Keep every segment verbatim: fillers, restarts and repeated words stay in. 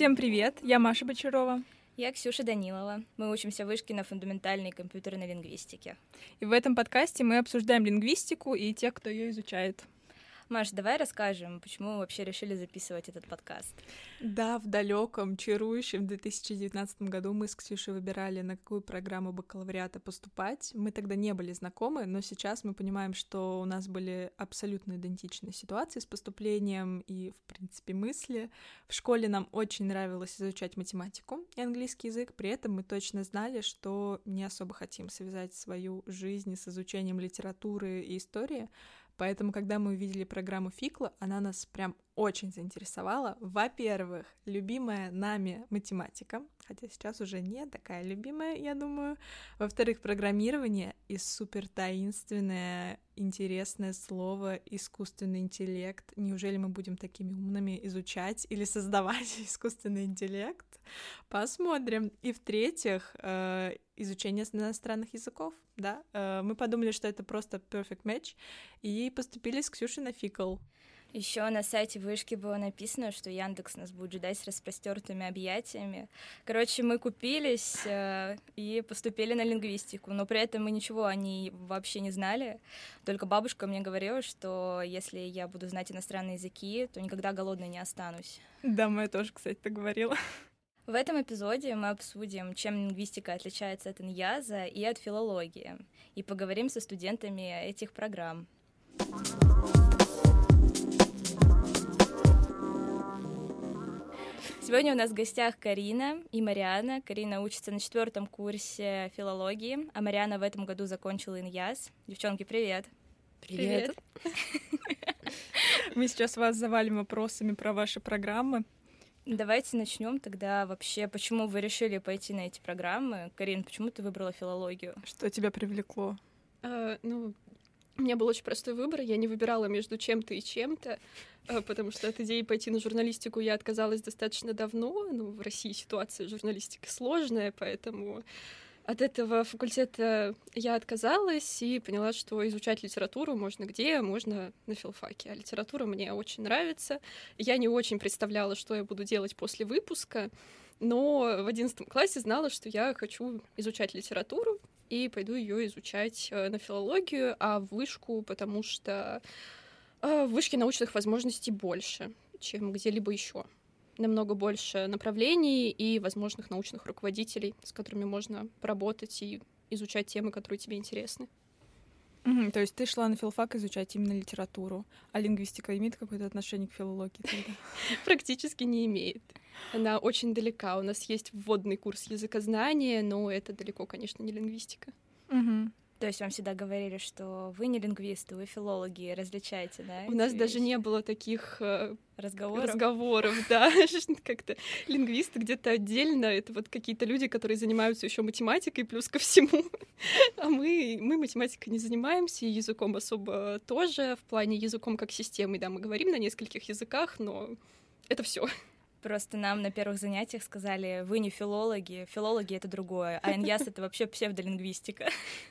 Всем привет, я Маша Бочарова. Я Ксюша Данилова. Мы учимся в вышке на фундаментальной компьютерной лингвистике. И в этом подкасте мы обсуждаем лингвистику и тех, кто ее изучает. Маш, давай расскажем, почему мы вообще решили записывать этот подкаст. Да, в далеком, чарующем две тысячи девятнадцатом году мы с Ксюшей выбирали, на какую программу бакалавриата поступать. Мы тогда не были знакомы, но сейчас мы понимаем, что у нас были абсолютно идентичные ситуации с поступлением и, в принципе, мысли. В школе нам очень нравилось изучать математику и английский язык, при этом мы точно знали, что не особо хотим связать свою жизнь с изучением литературы и истории. Поэтому, когда мы увидели программу ФИКЛа, она нас прям очень заинтересовала. Во-первых, любимая нами математика, хотя сейчас уже не такая любимая, я думаю. Во-вторых, программирование и супер таинственное, интересное слово искусственный интеллект. Неужели мы будем такими умными изучать или создавать искусственный интеллект? Посмотрим. И в-третьих, э, изучение иностранных языков, да. Э, мы подумали, что это просто perfect match, и поступили с Ксюшей на ФИКЛ. Еще на сайте вышки было написано, что Яндекс нас будет ждать с распростертыми объятиями. Короче, мы купились э, и поступили на лингвистику, но при этом мы ничего о ней вообще не знали. Только бабушка мне говорила, что если я буду знать иностранные языки, то никогда голодной не останусь. Да, моя тоже, кстати, так говорила. В этом эпизоде мы обсудим, чем лингвистика отличается от иньяза и от филологии, и поговорим со студентами этих программ. Сегодня у нас в гостях Карина и Мариана. Карина учится на четвертом курсе филологии, а Мариана в этом году закончила иньяз. Девчонки, привет! Привет! Мы сейчас вас завалим вопросами про ваши программы. Давайте начнем тогда вообще, почему вы решили пойти на эти программы. Карин, почему ты выбрала филологию? Что тебя привлекло? А, ну, у меня был очень простой выбор, я не выбирала между чем-то и чем-то, потому что от идеи пойти на журналистику я отказалась достаточно давно. Ну, в России ситуация журналистики сложная, поэтому от этого факультета я отказалась и поняла, что изучать литературу можно где, можно на филфаке. А литература мне очень нравится. Я не очень представляла, что я буду делать после выпуска, но в одиннадцатом классе знала, что я хочу изучать литературу и пойду ее изучать на филологию, а в вышку, потому что в вышке научных возможностей больше, чем где-либо еще. Намного больше направлений и возможных научных руководителей, с которыми можно поработать и изучать темы, которые тебе интересны. Mm-hmm, то есть ты шла на филфак изучать именно литературу, а лингвистика имеет какое-то отношение к филологии тогда? Практически не имеет. Она очень далека. У нас есть вводный курс языкознания, но это далеко, конечно, не лингвистика. Mm-hmm. То есть вам всегда говорили, что вы не лингвисты, вы филологи, различаете, да? У нас даже не было таких э, разговоров, разговоров да. Как-то лингвисты где-то отдельно, это вот какие-то люди, которые занимаются еще математикой плюс ко всему. А мы, мы математикой не занимаемся, и языком особо тоже, в плане языком как системой, да, мы говорим на нескольких языках, но это все. Просто нам на первых занятиях сказали, вы не филологи, филологи — это другое, а иньяз — это вообще псевдолингвистика.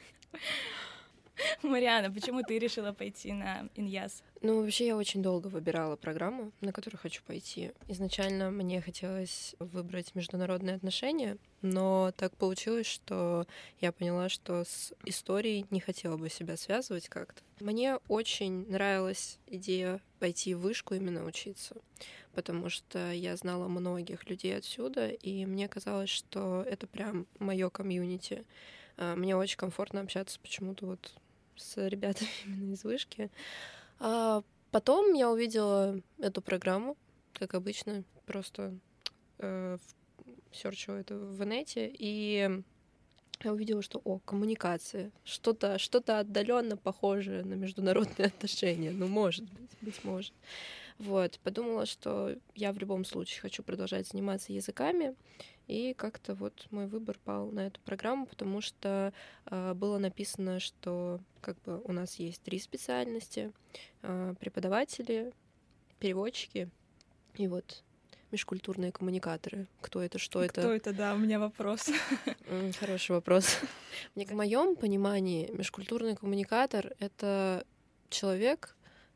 Мариана, почему ты решила пойти на иньяз? Ну, вообще, я очень долго выбирала программу, на которую хочу пойти. Изначально мне хотелось выбрать международные отношения, но так получилось, что я поняла, что с историей не хотела бы себя связывать как-то. Мне очень нравилась идея пойти в вышку именно учиться, потому что я знала многих людей отсюда, и мне казалось, что это прям моё комьюнити. Мне очень комфортно общаться почему-то вот с ребятами именно из вышки. А потом я увидела эту программу, как обычно, просто э, серчила это в инете, и я увидела, что, о, коммуникации, что-то, что-то отдаленно похожее на международные отношения. Ну, может быть, быть может. Вот, подумала, что я в любом случае хочу продолжать заниматься языками, и как-то вот мой выбор пал на эту программу, потому что э, было написано, что как бы у нас есть три специальности: э, преподаватели, переводчики и вот межкультурные коммуникаторы. Кто это, что это? Кто это, да, у меня вопрос. Хороший вопрос. В моем понимании межкультурный коммуникатор — это человек,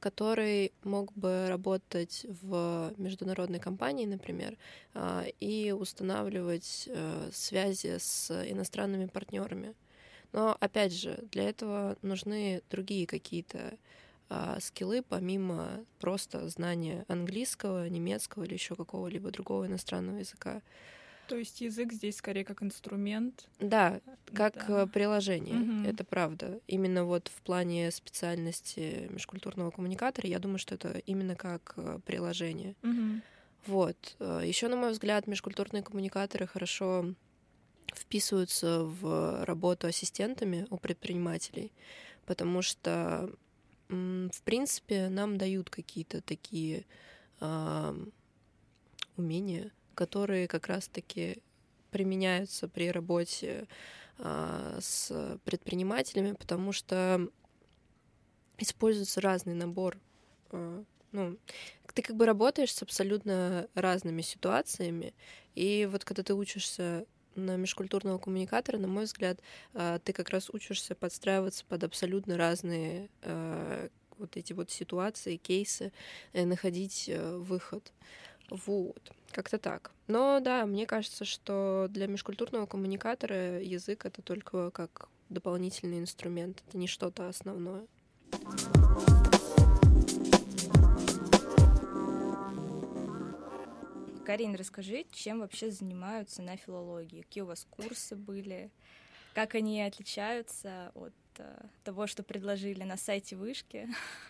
который мог бы работать в международной компании, например, и устанавливать связи с иностранными партнерами. Но, опять же, для этого нужны другие какие-то скиллы, помимо просто знания английского, немецкого или еще какого-либо другого иностранного языка. То есть язык здесь скорее как инструмент? Да, как да. приложение, угу. это правда. Именно вот в плане специальности межкультурного коммуникатора, я думаю, что это именно как приложение. Угу. Вот. Еще, на мой взгляд, межкультурные коммуникаторы хорошо вписываются в работу ассистентами у предпринимателей, потому что, в принципе, нам дают какие-то такие э, умения, которые как раз-таки применяются при работе э, с предпринимателями, потому что используется разный набор. Э, ну, ты как бы работаешь с абсолютно разными ситуациями, и вот когда ты учишься на межкультурного коммуникатора, на мой взгляд, ты как раз учишься подстраиваться под абсолютно разные вот эти вот ситуации, кейсы, находить выход. Вот, как-то так. Но да, мне кажется, что для межкультурного коммуникатора язык — это только как дополнительный инструмент, это не что-то основное. Карин, расскажи, чем вообще занимаются на филологии? Какие у вас курсы были? Как они отличаются от uh, того, что предложили на сайте Вышки?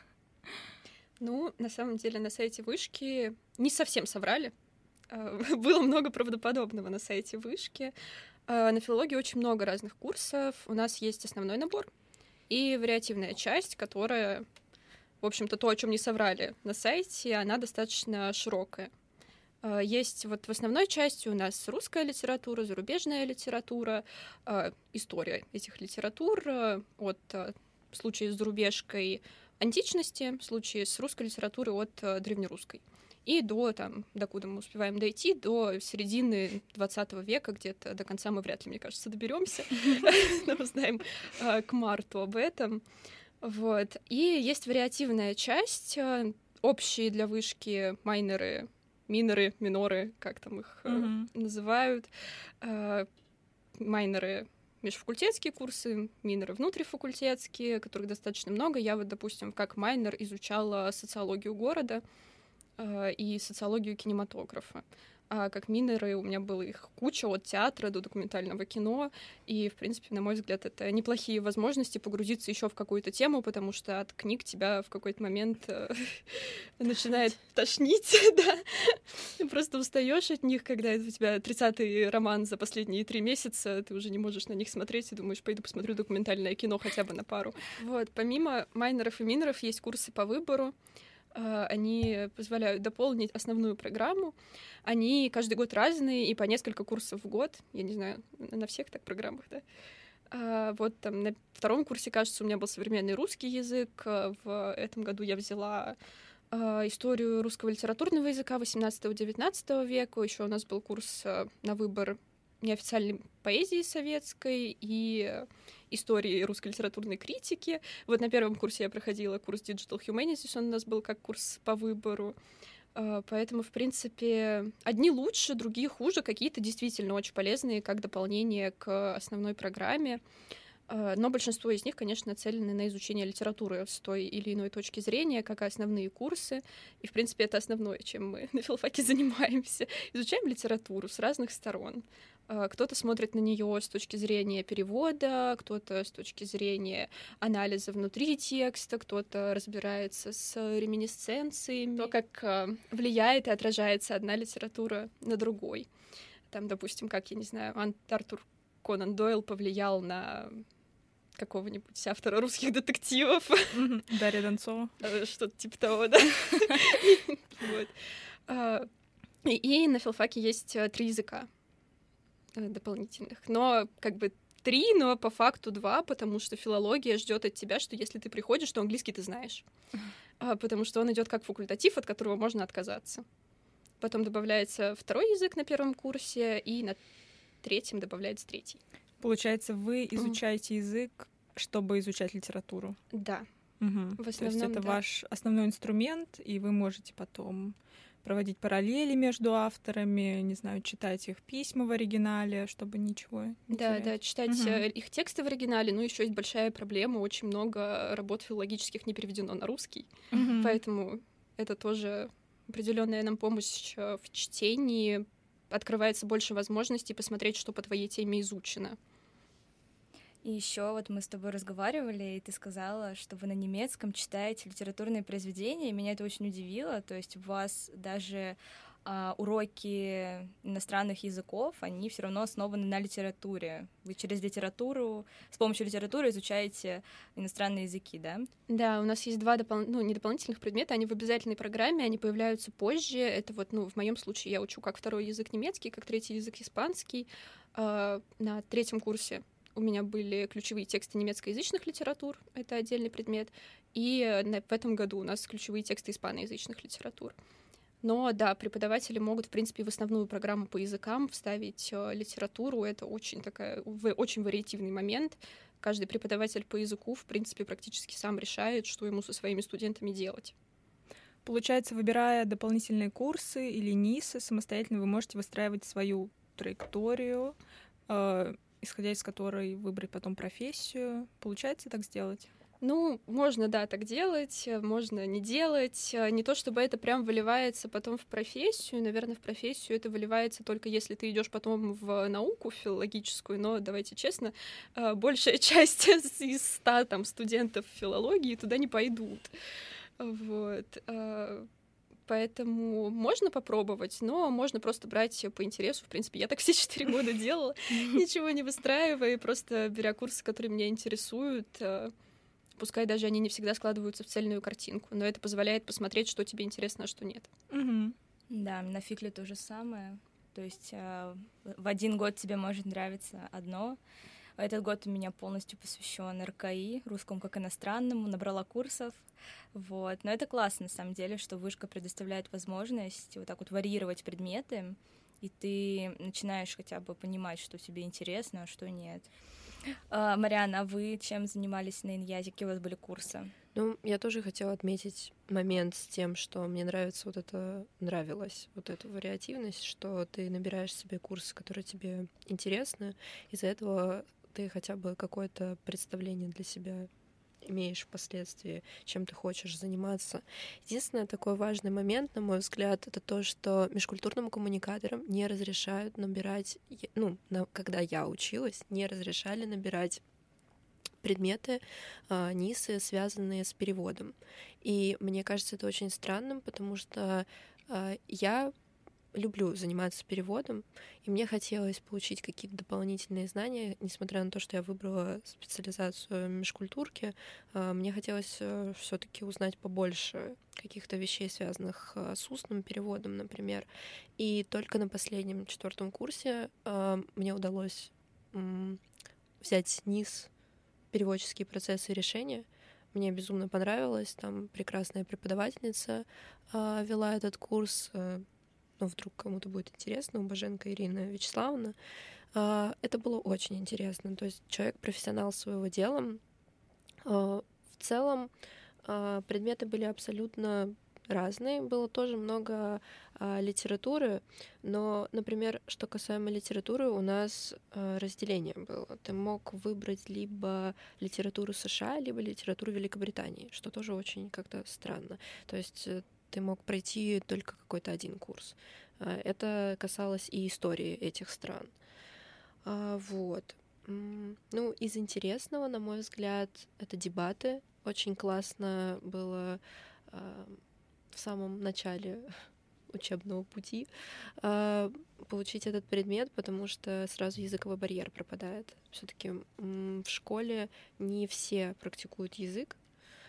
Ну, на самом деле, на сайте Вышки не совсем соврали. Было много правдоподобного на сайте Вышки. На филологии очень много разных курсов. У нас есть основной набор и вариативная часть, которая, в общем-то, то, о чем не соврали на сайте, она достаточно широкая. Есть вот в основной части у нас русская литература, зарубежная литература, история этих литератур, от случая с зарубежкой античности, случаи с русской литературы от древнерусской. И до, там, докуда мы успеваем дойти, до середины двадцатого века, где-то до конца мы вряд ли, мне кажется, доберемся. Но мы знаем к марту об этом. Вот. И есть вариативная часть, общие для вышки майнеры, миноры, миноры, как там их mm-hmm. э, называют, э, майнеры межфакультетские курсы, миноры внутрифакультетские, которых достаточно много. Я вот, допустим, как майнер изучала социологию города э, и социологию кинематографа. А как миноры у меня было их куча, от театра до документального кино, и, в принципе, на мой взгляд, это неплохие возможности погрузиться еще в какую-то тему, потому что от книг тебя в какой-то момент э, начинает тошнить, да, ты просто устаешь от них, когда это у тебя тридцатый роман за последние три месяца, ты уже не можешь на них смотреть и думаешь, пойду посмотрю документальное кино хотя бы на пару. Вот, помимо майнеров и миноров есть курсы по выбору. Они позволяют дополнить основную программу. Они каждый год разные, и по несколько курсов в год. Я не знаю, на всех так программах, да? Вот там на втором курсе, кажется, у меня был современный русский язык. В этом году я взяла историю русского литературного языка восемнадцатого-девятнадцатого века. Еще у нас был курс на выбор неофициальной поэзии советской и истории русской литературной критики. Вот на первом курсе я проходила курс Digital Humanities, он у нас был как курс по выбору. Поэтому, в принципе, одни лучше, другие хуже, какие-то действительно очень полезные как дополнение к основной программе. Но большинство из них, конечно, нацелены на изучение литературы с той или иной точки зрения, как и основные курсы. И, в принципе, это основное, чем мы на филфаке занимаемся. Изучаем литературу с разных сторон. Кто-то смотрит на нее с точки зрения перевода, кто-то с точки зрения анализа внутри текста, кто-то разбирается с реминисценциями, то, как влияет и отражается одна литература на другой. Там, допустим, как, я не знаю, Артур Конан Дойл повлиял на какого-нибудь автора русских детективов. Дарья Донцова. Что-то типа того, да. И на филфаке есть три языка дополнительных. Но как бы три, но по факту два, потому что филология ждет от тебя, что если ты приходишь, то английский ты знаешь. Потому что он идет как факультатив, от которого можно отказаться. Потом добавляется второй язык на первом курсе, и на третьем добавляется третий. Получается, вы изучаете mm. язык, чтобы изучать литературу? Да. Угу. В основном, То есть это да. ваш основной инструмент, и вы можете потом проводить параллели между авторами, не знаю, читать их письма в оригинале, чтобы ничего не Да, терять. да, читать Мгм. э, их тексты в оригинале. Ну, еще есть большая проблема, очень много работ филологических не переведено на русский, Мгм. поэтому это тоже определенная нам помощь э, в чтении. Открывается больше возможностей посмотреть, что по твоей теме изучено. И еще вот мы с тобой разговаривали, и ты сказала, что вы на немецком читаете литературные произведения, и меня это очень удивило. То есть у вас даже а, уроки иностранных языков, они все равно основаны на литературе. Вы через литературу, с помощью литературы изучаете иностранные языки, да? Да, у нас есть два допол... ну, не дополнительных предмета, они в обязательной программе, они появляются позже. Это вот, ну, в моем случае я учу как второй язык немецкий, как третий язык испанский. Э, на третьем курсе у меня были ключевые тексты немецкоязычных литератур, это отдельный предмет, и на, в этом году у нас ключевые тексты испаноязычных литератур. Но да, преподаватели могут, в принципе, в основную программу по языкам вставить э, литературу. Это очень, такая, в, очень вариативный момент. Каждый преподаватель по языку, в принципе, практически сам решает, что ему со своими студентами делать. Получается, выбирая дополнительные курсы или нисы, самостоятельно вы можете выстраивать свою траекторию, э, исходя из которой выбрать потом профессию. Получается так сделать? Ну, можно, да, так делать, можно не делать. Не то чтобы это прям выливается потом в профессию. Наверное, в профессию это выливается только если ты идешь потом в науку филологическую. Но давайте честно, большая часть из ста там студентов филологии туда не пойдут. Вот. Поэтому можно попробовать, но можно просто брать по интересу. В принципе, я так все четыре года делала, ничего не выстраивая, просто беря курсы, которые меня интересуют. Пускай даже они не всегда складываются в цельную картинку, но это позволяет посмотреть, что тебе интересно, а что нет. Угу. Да, на фикле то же самое. То есть э, в один год тебе может нравиться одно. Этот год у меня полностью посвящен эр ка и, русскому как иностранному, набрала курсов. Вот. Но это классно, на самом деле, что вышка предоставляет возможность вот так вот варьировать предметы, и ты начинаешь хотя бы понимать, что тебе интересно, а что нет. А, Марианна, а вы чем занимались на Иньязе? Какие у вас были курсы? Ну, я тоже хотела отметить момент с тем, что мне нравится вот это, нравилась вот эта вариативность, что ты набираешь себе курсы, которые тебе интересны, из-за этого ты хотя бы какое-то представление для себя имеешь впоследствии, чем ты хочешь заниматься. Единственный такой важный момент, на мой взгляд, это то, что межкультурным коммуникаторам не разрешают набирать, ну, на, когда я училась, не разрешали набирать предметы, э, нисы, связанные с переводом. И мне кажется, это очень странным, потому что э, я люблю заниматься переводом, и мне хотелось получить какие-то дополнительные знания, несмотря на то, что я выбрала специализацию межкультурки, мне хотелось все-таки узнать побольше каких-то вещей, связанных с устным переводом, например. И только на последнем четвертом курсе мне удалось взять низ переводческие процессы и решения. Мне безумно понравилось, там прекрасная преподавательница вела этот курс. Ну, вдруг кому-то будет интересно, Убоженко Ирина Вячеславовна. Это было очень интересно. То есть человек профессионал своего дела. В целом предметы были абсолютно разные. Было тоже много литературы, но, например, что касаемо литературы, у нас разделение было. Ты мог выбрать либо литературу США, либо литературу Великобритании, что тоже очень как-то странно. То есть ты мог пройти только какой-то один курс. Это касалось и истории этих стран. Вот. Ну, из интересного, на мой взгляд, это дебаты. Очень классно было в самом начале учебного пути получить этот предмет, потому что сразу языковой барьер пропадает. Все-таки в школе не все практикуют язык,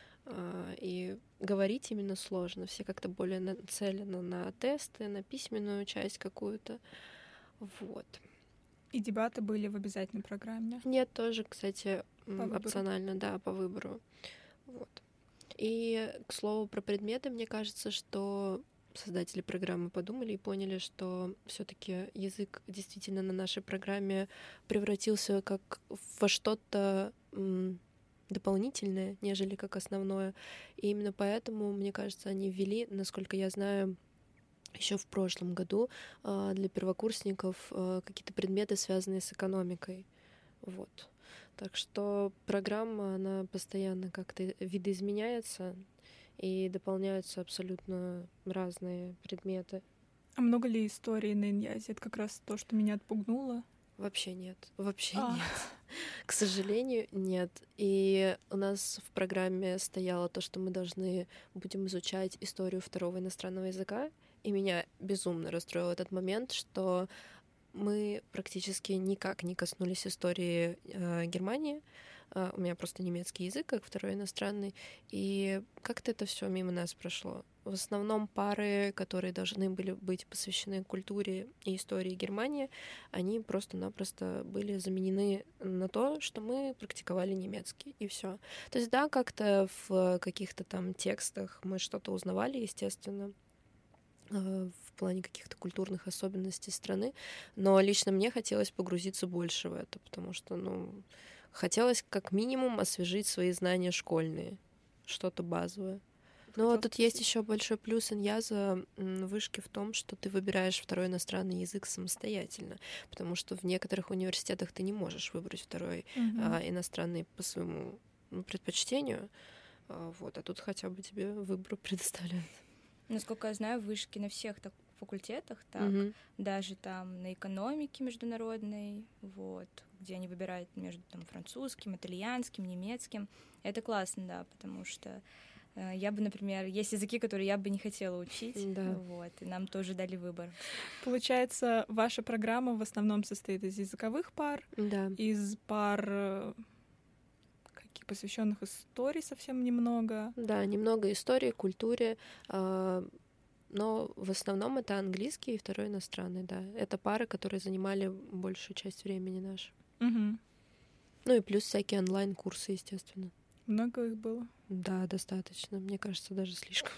и говорить именно сложно. Все как-то более нацелены на тесты, на письменную часть какую-то. Вот. И дебаты были в обязательной программе? Нет, тоже, кстати, по опционально, выбору. Да, по выбору. Вот. И, к слову, про предметы, мне кажется, что создатели программы подумали и поняли, что все-таки язык действительно на нашей программе превратился как во что-то дополнительное, нежели как основное. И именно поэтому, мне кажется, они ввели, насколько я знаю, еще в прошлом году для первокурсников какие-то предметы, связанные с экономикой. Вот. Так что программа, она постоянно как-то видоизменяется, и дополняются абсолютно разные предметы. А много ли историй на Иньязе? Это как раз то, что меня отпугнуло. Вообще нет, вообще а. нет. К сожалению, нет. И у нас в программе стояло то, что мы должны будем изучать историю второго иностранного языка, и меня безумно расстроил этот момент, что мы практически никак не коснулись истории э, Германии. Uh, у меня просто немецкий язык, как второй иностранный, и как-то это все мимо нас прошло. В основном пары, которые должны были быть посвящены культуре и истории Германии, они просто-напросто были заменены на то, что мы практиковали немецкий, и все. То есть да, как-то в каких-то там текстах мы что-то узнавали, естественно, в плане каких-то культурных особенностей страны, но лично мне хотелось погрузиться больше в это, потому что, ну, хотелось как минимум освежить свои знания школьные, что-то базовое. Но тут спросить. Есть еще большой плюс Иньяза вышки в том, что ты выбираешь второй иностранный язык самостоятельно, потому что в некоторых университетах ты не можешь выбрать второй mm-hmm. а, иностранный по своему ну, предпочтению, а, вот, а тут хотя бы тебе выбор предоставляют. Насколько я знаю, вышки на всех так факультетах, так, mm-hmm. даже там на экономике международной, вот, где они выбирают между там французским, итальянским, немецким. Это классно, да, потому что э, я бы, например, есть языки, которые я бы не хотела учить, да. вот, и нам тоже дали выбор. Получается, ваша программа в основном состоит из языковых пар, да. из пар, каких посвященных истории совсем немного. Да, немного истории, культуре, э- но в основном это английский и второй иностранный, да. Это пары, которые занимали большую часть времени нашей. Угу. Ну и плюс всякие онлайн-курсы, естественно. Много их было? Да, достаточно. Мне кажется, даже слишком.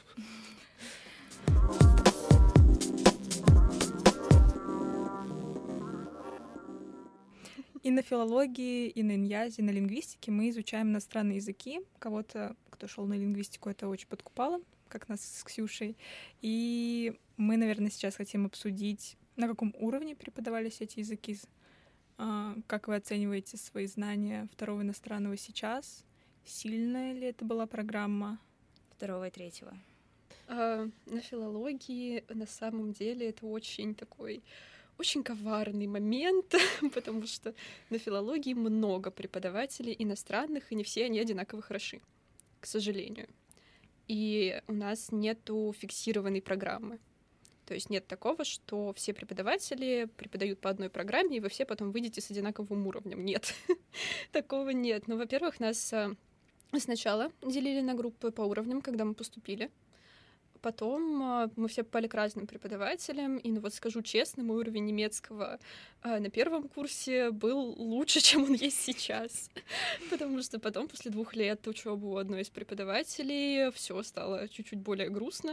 И на филологии, и на Иньязе, и на лингвистике мы изучаем иностранные языки. Кого-то, кто шел на лингвистику, это очень подкупало, как нас с Ксюшей. И мы, наверное, сейчас хотим обсудить, на каком уровне преподавались эти языки, как вы оцениваете свои знания второго иностранного сейчас, сильная ли это была программа? Второго и третьего. А, на филологии на самом деле это очень такой очень коварный момент, потому что на филологии много преподавателей иностранных, и не все они одинаково хороши, к сожалению. И у нас нету фиксированной программы. То есть нет такого, что все преподаватели преподают по одной программе, и вы все потом выйдете с одинаковым уровнем. Нет, такого нет. Ну, во-первых, нас сначала делили на группы по уровням, когда мы поступили. Потом мы все попали к разным преподавателям, и, ну вот скажу честно, мой уровень немецкого на первом курсе был лучше, чем он есть сейчас, потому что потом, после двух лет учебы у одной из преподавателей, все стало чуть-чуть более грустно.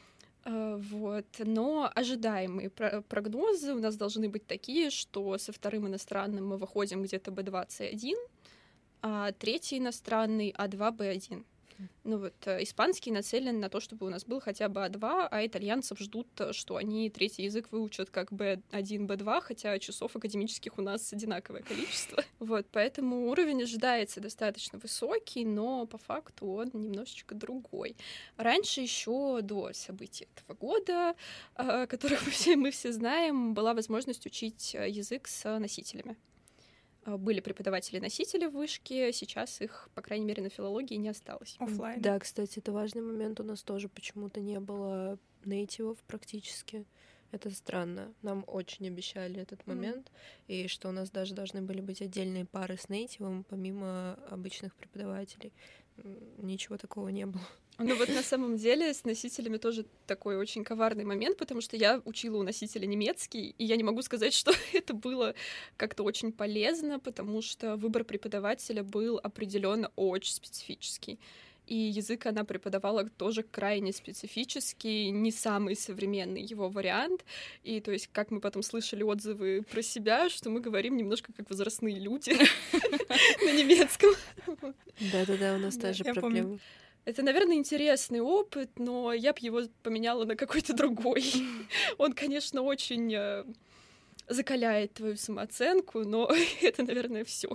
Вот. Но ожидаемые прогнозы у нас должны быть такие, что со вторым иностранным мы выходим где-то би два си один, а третий иностранный а два би один. Ну вот, испанский нацелен на то, чтобы у нас был хотя бы а два, а итальянцев ждут, что они третий язык выучат как би один, би два, хотя часов академических у нас одинаковое количество. Вот, поэтому уровень ожидается достаточно высокий, но по факту он немножечко другой. Раньше еще до событий этого года, которых мы все, мы все знаем, была возможность учить язык с носителями. Были преподаватели-носители в вышке, сейчас их, по крайней мере, на филологии не осталось. Оффлайн. Да, кстати, это важный момент. У нас тоже почему-то не было нейтивов практически. Это странно. Нам очень обещали этот момент, mm. и что у нас даже должны были быть отдельные пары с нейтивом, помимо обычных преподавателей. Ничего такого не было. Ну вот на самом деле с носителями тоже такой очень коварный момент, потому что я учила у носителя немецкий, и я не могу сказать, что это было как-то очень полезно, потому что выбор преподавателя был определенно очень специфический. И язык она преподавала тоже крайне специфический, не самый современный его вариант. И то есть, как мы потом слышали отзывы про себя, что мы говорим немножко как возрастные люди на немецком. Да-да-да, у нас Да, тоже я помню. проблемы. Это, наверное, интересный опыт, но я бы его поменяла на какой-то другой. Он, конечно, очень э, закаляет твою самооценку, но это, наверное, все.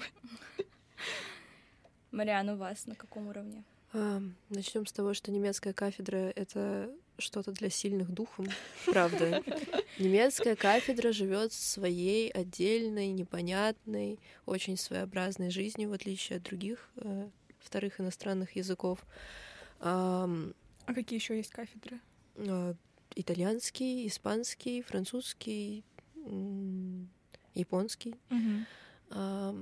Мариан, у вас на каком уровне? А, начнем с того, что немецкая кафедра — это что-то для сильных духом, правда. Немецкая кафедра живет своей отдельной, непонятной, очень своеобразной жизнью, в отличие от других э, вторых иностранных языков. А, А какие еще есть кафедры? а, итальянский, испанский, французский, м, японский. Мгм. А,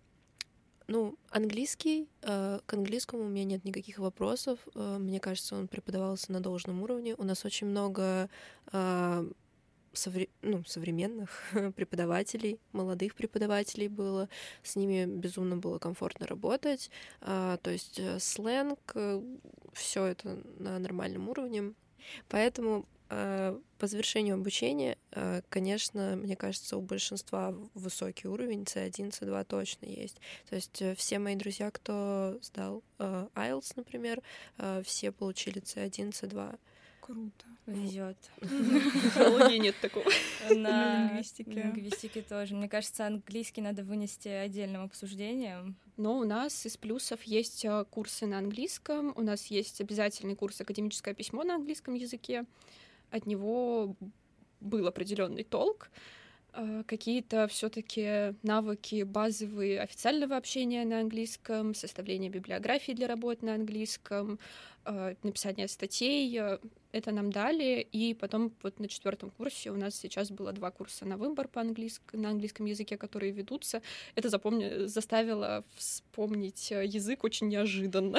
Ну, английский, э, к английскому у меня нет никаких вопросов. Э, Мне кажется, он преподавался на должном уровне. У нас очень много э, совре- ну, современных преподавателей, молодых преподавателей было. С ними безумно было комфортно работать. А, То есть э, сленг, все это на нормальном уровне. Поэтому э, по завершению обучения, э, конечно, мне кажется, у большинства высокий уровень, си один, си два точно есть. То есть э, все мои друзья, кто сдал э, айлтс, например, э, все получили си один, си два. Круто. Везет. В филологии нет такого. На лингвистике. лингвистике тоже. Мне кажется, английский надо вынести отдельным обсуждением. Но у нас из плюсов есть э, курсы на английском, у нас есть обязательный курс «Академическое письмо» на английском языке. От него был определенный толк. Э, Какие-то все-таки навыки базовые официального общения на английском, составление библиографии для работ на английском, э, написание статей. э, Это нам дали, и потом вот на четвертом курсе у нас сейчас было два курса на выбор по английск... на английском языке, которые ведутся. Это запомни... заставило вспомнить э, язык очень неожиданно.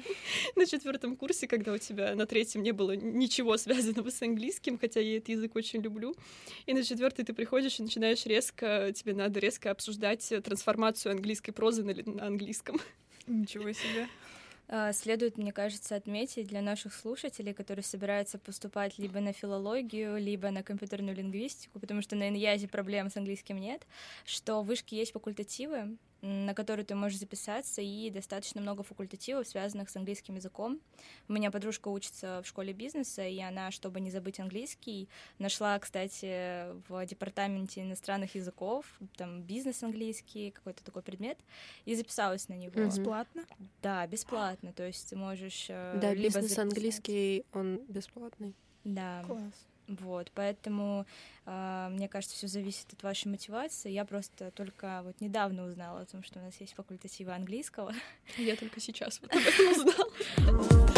На четвертом курсе, когда у тебя на третьем не было ничего связанного с английским, хотя я этот язык очень люблю, и на четвертый ты приходишь и начинаешь резко, тебе надо резко обсуждать трансформацию английской прозы на, ли- на английском. Ничего себе. А, Следует, мне кажется, отметить для наших слушателей, которые собираются поступать либо на филологию, либо на компьютерную лингвистику, потому что на ИНЯЗе проблем с английским нет, что в вышке есть факультативы, м, на которые ты можешь записаться, и достаточно много факультативов, связанных с английским языком. У меня подружка учится в школе бизнеса, и она, чтобы не забыть английский, нашла, кстати, в департаменте иностранных языков, там бизнес английский, какой-то такой предмет, и записалась на него. Мгм. Бесплатно? Да, бесплатно, то есть ты можешь э, Да, либо бизнес записать- английский, он бесплатный. Да, Класс. вот, поэтому э, мне кажется, все зависит от вашей мотивации. Я просто только вот недавно узнала о том, что у нас есть факультативы английского. Я только сейчас вот об этом узнала.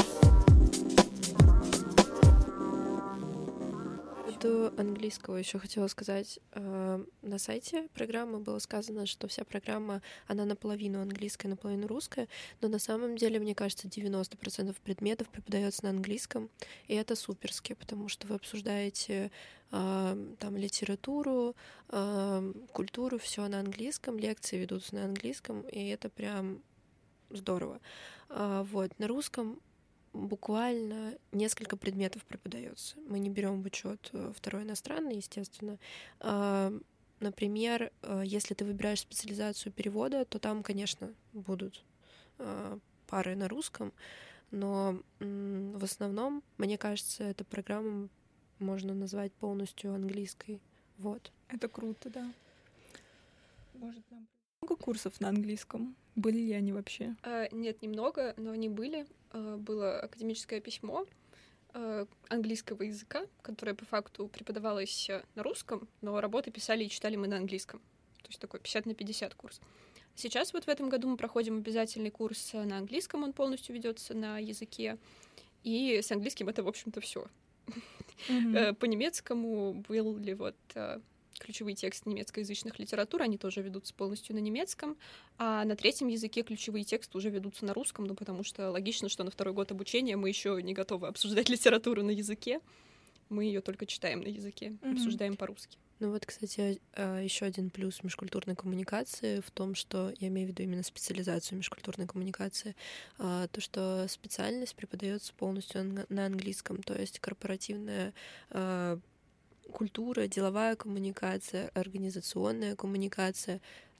По поводу английского еще хотела сказать. э, На сайте программы было сказано, что вся программа, она наполовину английская, наполовину русская, но на самом деле, мне кажется, девяносто процентов предметов преподается на английском, и это суперски, потому что вы обсуждаете э, там литературу, э, культуру, все на английском, лекции ведутся на английском, и это прям здорово. А, Вот, на русском буквально несколько предметов преподается. Мы не берем в учет э, второй иностранный, естественно. А, Например, э, если ты выбираешь специализацию перевода, то там, конечно, будут э, пары на русском, но м, в основном, мне кажется, эту программу можно назвать полностью английской. Вот. Это круто, да. Может, нам много курсов на английском? Были ли они вообще? Э, Нет, немного, но они были. Э, Было академическое письмо э, английского языка, которое по факту преподавалось э, на русском, но работы писали и читали мы на английском. То есть такой пятьдесят на пятьдесят курс. Сейчас вот в этом году мы проходим обязательный курс э, на английском, он полностью ведется на языке. И с английским это, в общем-то, все. Мгм. По немецкому были вот э, ключевые тексты немецкоязычных литератур, они тоже ведутся полностью на немецком, а на третьем языке ключевые тексты уже ведутся на русском, ну потому что логично, что на второй год обучения мы еще не готовы обсуждать литературу на языке, мы ее только читаем на языке, Мгм. обсуждаем по-русски. Ну вот, кстати, еще один плюс межкультурной коммуникации в том, что я имею в виду именно специализацию межкультурной коммуникации, а, то, что специальность преподается полностью ан- на английском, то есть корпоративная а, культура, деловая коммуникация, организационная коммуникация.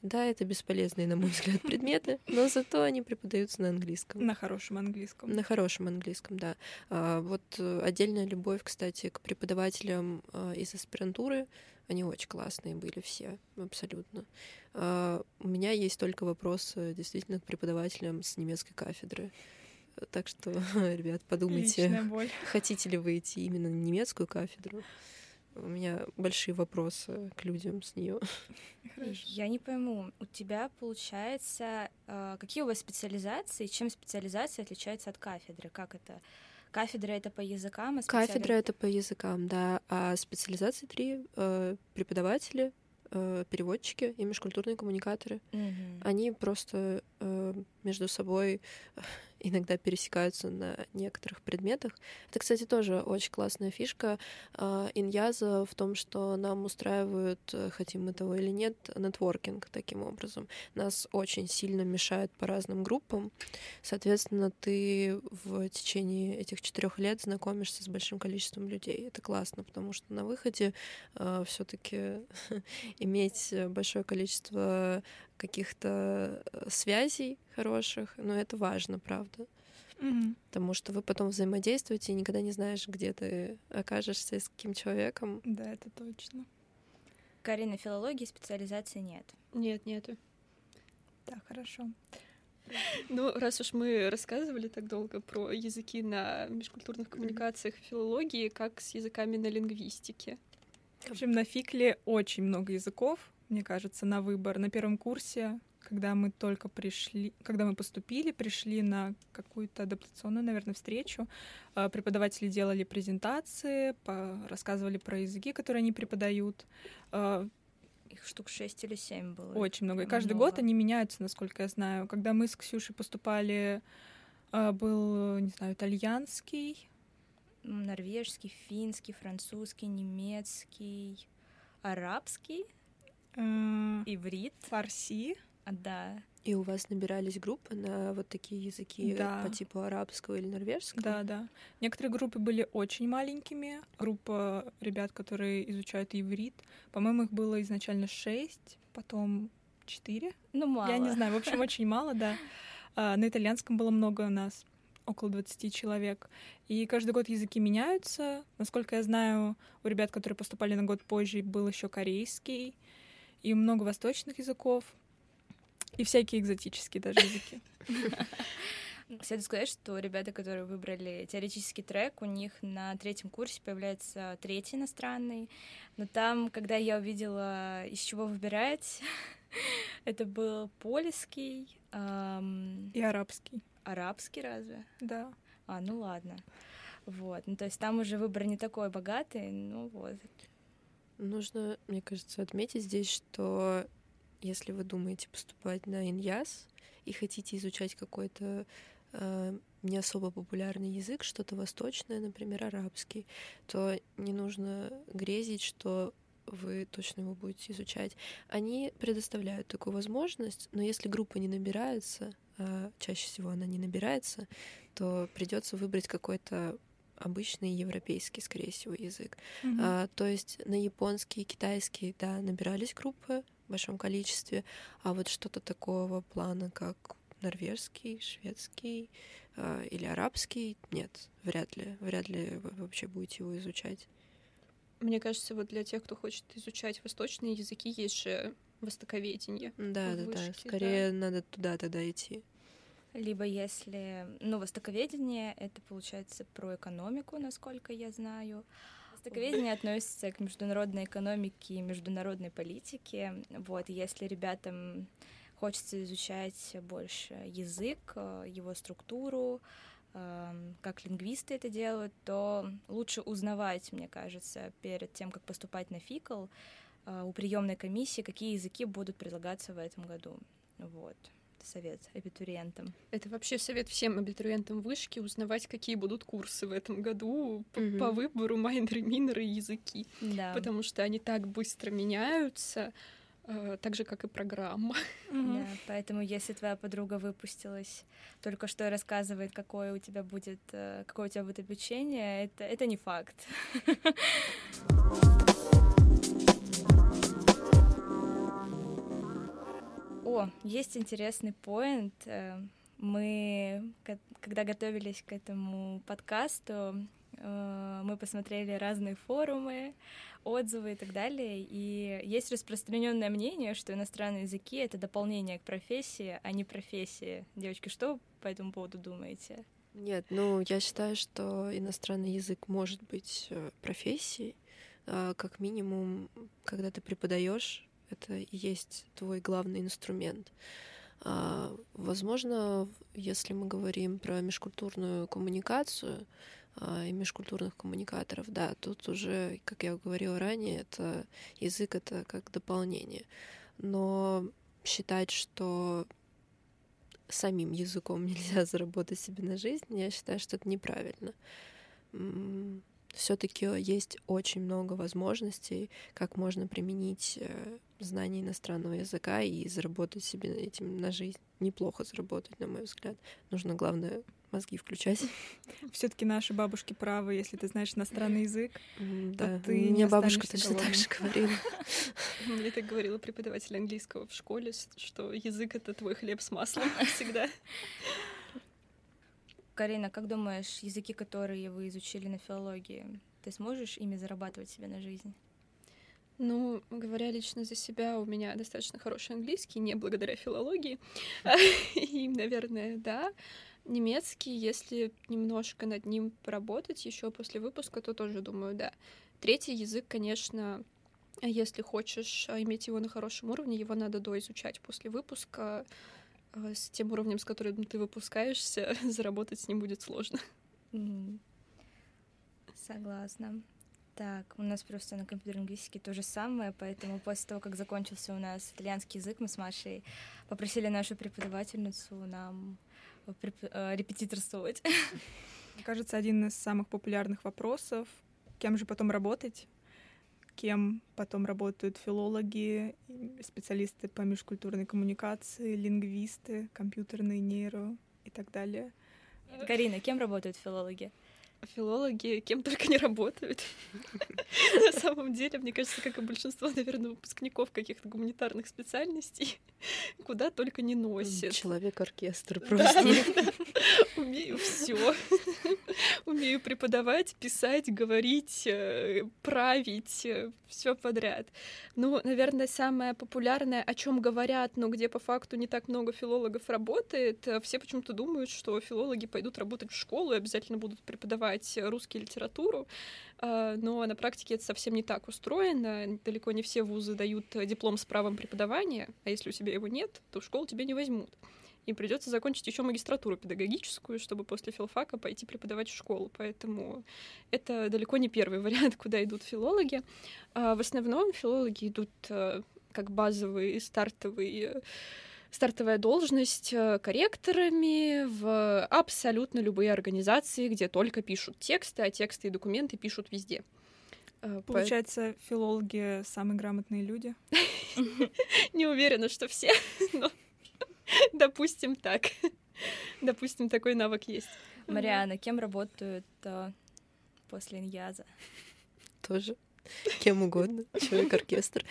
Да, это бесполезные, на мой взгляд, предметы, но зато они преподаются на английском. На хорошем английском. На хорошем английском, да. А, вот отдельная любовь, кстати, к преподавателям а, из аспирантуры. Они очень классные были все, абсолютно. А, у меня есть только вопросы действительно к преподавателям с немецкой кафедры. Так что, ребят, подумайте, хотите ли вы идти именно на немецкую кафедру. У меня большие вопросы к людям с нее. Я не пойму, у тебя получается, какие у вас специализации, чем специализация отличается от кафедры? Как это? Кафедра — это по языкам, а специали... Кафедра — это по языкам, да, а специализации три э, — преподаватели, э, переводчики и межкультурные коммуникаторы. Mm-hmm. Они просто э, между собой иногда пересекаются на некоторых предметах. Это, кстати, тоже очень классная фишка Иньяза в том, что нам устраивают, хотим мы того или нет, нетворкинг таким образом. Нас очень сильно мешают по разным группам. Соответственно, ты в течение этих четырех лет знакомишься с большим количеством людей. Это классно, потому что на выходе э, все-таки иметь большое количество каких-то связей хороших, но это важно, правда. Mm-hmm. Потому что вы потом взаимодействуете и никогда не знаешь, где ты окажешься и с каким человеком. Да, это точно. Карина, филологии специализации нет? Нет, нету. Да, хорошо. Ну, раз уж мы рассказывали так долго про языки на межкультурных коммуникациях и филологии, как с языками на лингвистике? В общем, на фикле очень много языков, мне кажется, на выбор. На первом курсе, когда мы только пришли, когда мы поступили, пришли на какую-то адаптационную, наверное, встречу, преподаватели делали презентации, рассказывали про языки, которые они преподают. Их штук шесть или семь было. Очень много. И каждый много. год они меняются, насколько я знаю. Когда мы с Ксюшей поступали, был, не знаю, итальянский, норвежский, финский, французский, немецкий, арабский, э- иврит, фарси. А, да. И у вас набирались группы на вот такие языки, да. по типу арабского или норвежского? Да, да. Некоторые группы были очень маленькими. Группа ребят, которые изучают иврит, по-моему, их было изначально шесть, потом четыре. Ну, мало. Я не знаю, в общем, очень мало, да. А на итальянском было много у нас, около двадцати человек. И каждый год языки меняются. Насколько я знаю, у ребят, которые поступали на год позже, был еще корейский и много восточных языков. И всякие экзотические даже языки. Следует сказать, что ребята, которые выбрали теоретический трек, у них на третьем курсе появляется третий иностранный. Но там, когда я увидела, из чего выбирать, это был польский. Эм... И арабский. Арабский разве? Да. А, ну ладно. Вот. Ну, то есть там уже выбор не такой богатый, ну вот. Нужно, мне кажется, отметить здесь, что если вы думаете поступать на Иньяз и хотите изучать какой-то э, не особо популярный язык, что-то восточное, например, арабский, то не нужно грезить, что вы точно его будете изучать. Они предоставляют такую возможность, но если группа не набирается, а чаще всего она не набирается, то придется выбрать какой-то обычный европейский, скорее всего, язык. Mm-hmm. А, то есть на японский, китайский, да, набирались группы в большом количестве, а вот что-то такого плана, как норвежский, шведский а, или арабский, нет, вряд ли, вряд ли вы вообще будете его изучать. Мне кажется, вот для тех, кто хочет изучать восточные языки, есть же востоковедение. Да, да, вышке, да, скорее да. надо туда тогда идти. Либо если, ну, востоковедение, это получается про экономику, насколько я знаю. Востоковедение относится к международной экономике и международной политике. Вот, и если ребятам хочется изучать больше язык, его структуру, как лингвисты это делают, то лучше узнавать, мне кажется, перед тем, как поступать на фикл, у приемной комиссии, какие языки будут предлагаться в этом году. Вот. Совет абитуриентам. Это вообще совет всем абитуриентам вышки узнавать, какие будут курсы в этом году Mm-hmm. по выбору майнеры, минеры и языки. Да. Потому что они так быстро меняются, э, так же, как и программа. Mm-hmm. Да, поэтому если твоя подруга выпустилась только что и рассказывает, какое у тебя будет, какое у тебя будет обучение, это, это не факт. О, есть интересный поинт. Мы, когда готовились к этому подкасту, мы посмотрели разные форумы, отзывы и так далее, и есть распространенное мнение, что иностранные языки — это дополнение к профессии, а не профессия. Девочки, что по этому поводу думаете? Нет, ну, я считаю, что иностранный язык может быть профессией. Как минимум, когда ты преподаешь, это и есть твой главный инструмент. Возможно, если мы говорим про межкультурную коммуникацию и межкультурных коммуникаторов, да, тут уже, как я говорила ранее, это язык — это как дополнение. Но считать, что самим языком нельзя заработать себе на жизнь, я считаю, что это неправильно. Все-таки есть очень много возможностей, как можно применить знание иностранного языка и заработать себе этим на жизнь. Неплохо заработать, на мой взгляд. Нужно, главное, мозги включать. Все-таки наши бабушки правы, если ты знаешь иностранный язык, да. то ты Мне не бабушка останешься точно так же говорила. Мне так говорила преподаватель английского в школе, что язык — это твой хлеб с маслом всегда. Карина, как думаешь, языки, которые вы изучили на филологии, ты сможешь ими зарабатывать себе на жизнь? Ну, говоря лично за себя, у меня достаточно хороший английский, не благодаря филологии. И, наверное, да. Немецкий, если немножко над ним поработать еще после выпуска, то тоже думаю, да. Третий язык, конечно, если хочешь иметь его на хорошем уровне, его надо доизучать после выпуска. С тем уровнем, с которым ты выпускаешься, заработать с ним будет сложно. Mm. Согласна. Так, у нас просто на компьютер-лингвистике то же самое, поэтому после того, как закончился у нас итальянский язык, мы с Машей попросили нашу преподавательницу нам репетиторствовать. Мне кажется, один из самых популярных вопросов — кем же потом работать? Кем потом работают филологи, специалисты по межкультурной коммуникации, лингвисты, компьютерные нейро и так далее. Карина, кем работают филологи? Филологи кем только не работают. На самом деле, мне кажется, как и большинство, наверное, выпускников каких-то гуманитарных специальностей, куда только не носят. Человек-оркестр просто. Умею все. Умею преподавать, писать, говорить, править, все подряд. Ну, наверное, самое популярное, о чем говорят, но где по факту не так много филологов работает, все почему-то думают, что филологи пойдут работать в школу и обязательно будут преподавать русскую литературу, но на практике это совсем не так устроено. Далеко не все вузы дают диплом с правом преподавания, а если у тебя его нет, то в школу тебя не возьмут. И придется закончить еще магистратуру педагогическую, чтобы после филфака пойти преподавать в школу. Поэтому это далеко не первый вариант, куда идут филологи. В основном филологи идут как базовый стартовый стартовая должность корректорами в абсолютно любые организации, где только пишут тексты, а тексты и документы пишут везде. Получается, По... филологи — самые грамотные люди? Не уверена, что все, но допустим так. Допустим, такой навык есть. Марианна, кем работают после иньяза? Тоже кем угодно. Человек-оркестр.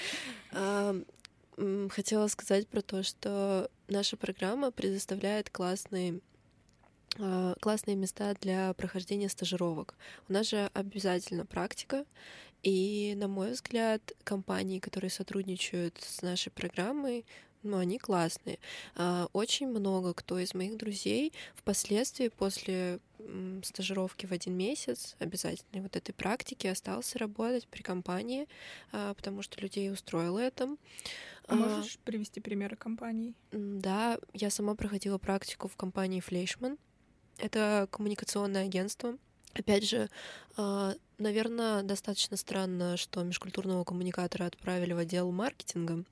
Хотела сказать про то, что наша программа предоставляет классные, классные места для прохождения стажировок. У нас же обязательно практика, и, на мой взгляд, компании, которые сотрудничают с нашей программой, ну, они классные. Очень много кто из моих друзей впоследствии после стажировки в один месяц обязательной вот этой практики остался работать при компании, потому что людей устроило это. Можешь а, привести примеры компаний? Да, я сама проходила практику в компании Fleischmann. Это коммуникационное агентство. Опять же, наверное, достаточно странно, что межкультурного коммуникатора отправили в отдел маркетинга,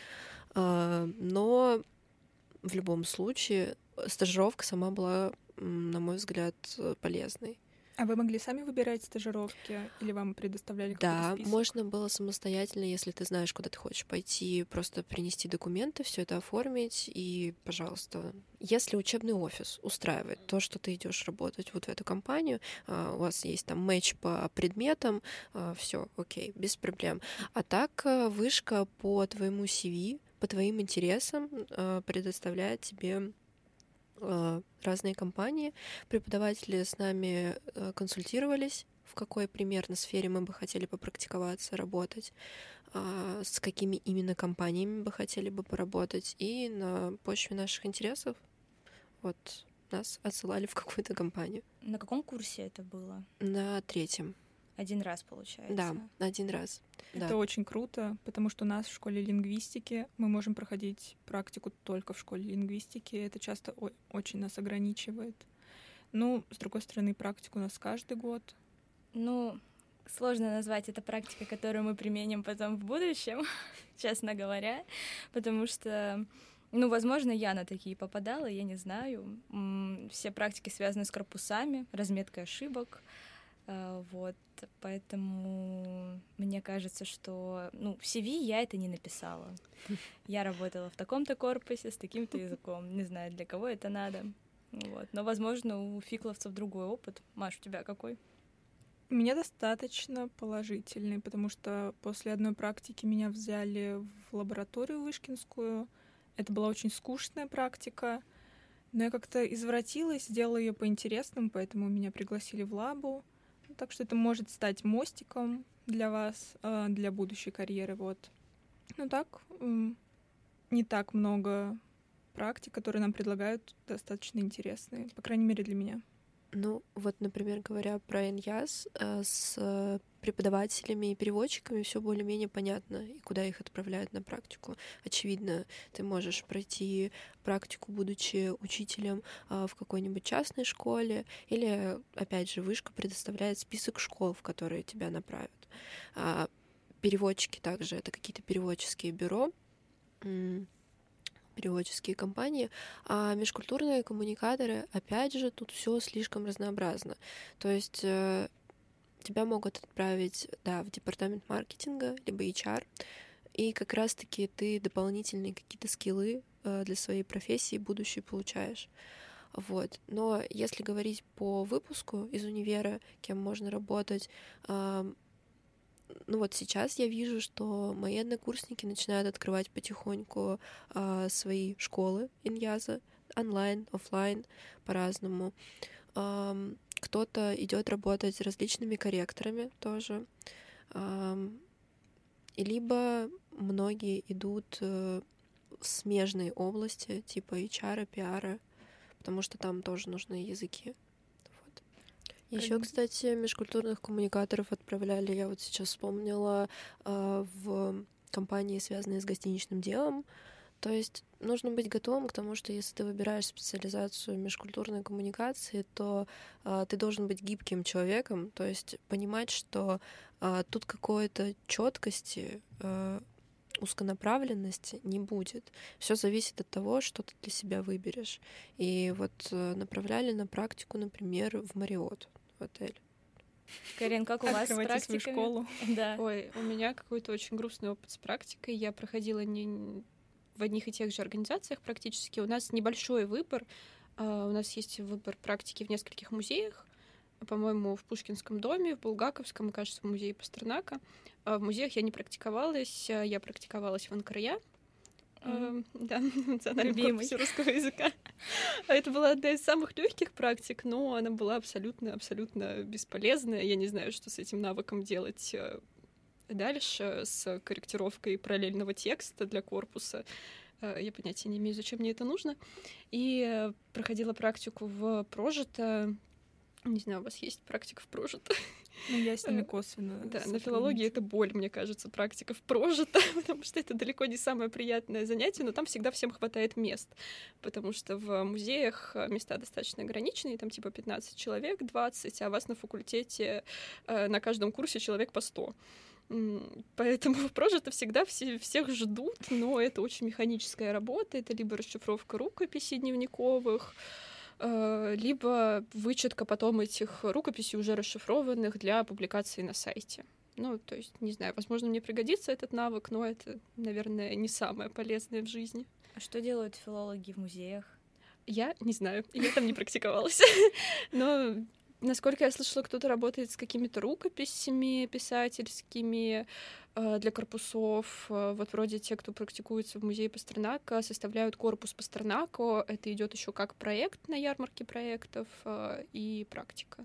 но в любом случае стажировка сама была, на мой взгляд, полезной. А вы могли сами выбирать стажировки или вам предоставляли какой-то Да, список? можно было самостоятельно, если ты знаешь, куда ты хочешь пойти, просто принести документы, все это оформить и, пожалуйста. Если учебный офис устраивает то, что ты идешь работать вот в эту компанию, у вас есть там матч по предметам, все, окей, без проблем. А так вышка по твоему си ви, по твоим интересам э, предоставляет тебе э, разные компании. Преподаватели с нами э, консультировались, в какой примерно сфере мы бы хотели попрактиковаться, работать, э, с какими именно компаниями бы хотели бы поработать. И на почве наших интересов вот нас отсылали в какую-то компанию. На каком курсе это было? На третьем. Один раз, получается. Да, один раз. Это да. очень круто, потому что у нас в школе лингвистики мы можем проходить практику только в школе лингвистики. Это часто о- очень нас ограничивает. Ну, с другой стороны, практику у нас каждый год. Ну, сложно назвать это практикой, которую мы применим потом в будущем, честно говоря, потому что, ну, возможно, я на такие попадала, я не знаю. Все практики связаны с корпусами, разметкой ошибок. Вот, поэтому мне кажется, что, ну, в си ви я это не написала. Я работала в таком-то корпусе с таким-то языком. Не знаю, для кого это надо. Вот. Но, возможно, у фикловцев другой опыт. Маш, у тебя какой? У меня достаточно положительный, потому что после одной практики меня взяли в лабораторию вышкинскую. Это была очень скучная практика, но я как-то извратилась, сделала ее поинтересным, поэтому меня пригласили в лабу. Так что это может стать мостиком для вас, для будущей карьеры. Вот. Ну так, не так много практик, которые нам предлагают, достаточно интересные, по крайней мере, для меня. Ну, вот, например, говоря про Иньяз, с преподавателями и переводчиками все более-менее понятно, и куда их отправляют на практику. Очевидно, ты можешь пройти практику, будучи учителем в какой-нибудь частной школе, или, опять же, вышка предоставляет список школ, в которые тебя направят. Переводчики также — это какие-то переводческие бюро, переводческие компании, а межкультурные коммуникаторы, опять же, тут все слишком разнообразно. То есть э, тебя могут отправить, да, в департамент маркетинга, либо эйч ар, и как раз-таки ты дополнительные какие-то скиллы э, для своей профессии будущей получаешь. Вот. Но если говорить по выпуску из универа, кем можно работать, э, ну вот сейчас я вижу, что мои однокурсники начинают открывать потихоньку э, свои школы Иньяза, онлайн, офлайн, по-разному. Э, кто-то идет работать различными корректорами тоже. Э, либо многие идут э, в смежные области, типа эйч ар, пи ар, потому что там тоже нужны языки. Еще, кстати, межкультурных коммуникаторов отправляли, я вот сейчас вспомнила, в компании, связанные с гостиничным делом. То есть нужно быть готовым к тому, что если ты выбираешь специализацию межкультурной коммуникации, то ты должен быть гибким человеком, то есть понимать, что тут какой-то четкости, узконаправленности не будет. Все зависит от того, что ты для себя выберешь. И вот направляли на практику, например, в Марриотт, в отель. Карин, как у вас с Открывайте свою практиками? школу. Да. Ой, у меня какой-то очень грустный опыт с практикой. Я проходила не в одних и тех же организациях практически. У нас небольшой выбор. Uh, у нас есть выбор практики в нескольких музеях. По-моему, в Пушкинском доме, в Булгаковском, и, кажется, в музее Пастернака. Uh, в музеях я не практиковалась. Uh, я практиковалась в эн ка эр я. Mm-hmm. Uh, да, в Национальном корпусе русского языка. Это была одна из самых легких практик, но она была абсолютно-абсолютно бесполезная. Я не знаю, что с этим навыком делать дальше, с корректировкой параллельного текста для корпуса. Я понятия не имею, зачем мне это нужно. И проходила практику в Прожито. Не знаю, у вас есть практика в Прожито? Ну, я с ними косвенно. Да, на филологии это боль, мне кажется, практика в Прожито, потому что это далеко не самое приятное занятие, но там всегда всем хватает мест, потому что в музеях места достаточно ограниченные, там типа пятнадцать человек, двадцать, а у вас на факультете на каждом курсе человек по сто. Поэтому в Прожито всегда все, всех ждут, но это очень механическая работа, это либо расшифровка рукописей дневниковых, либо вычетка потом этих рукописей уже расшифрованных для публикации на сайте. Ну, то есть, не знаю, возможно, мне пригодится этот навык, но это, наверное, не самое полезное в жизни. А что делают филологи в музеях? Я не знаю, я там не практиковалась. Но Насколько я слышала, кто-то работает с какими-то рукописями писательскими э, для корпусов. Э, вот вроде те, кто практикуется в музее Пастернака, составляют корпус Пастернака. Это идет еще как проект на ярмарке проектов э, и практика.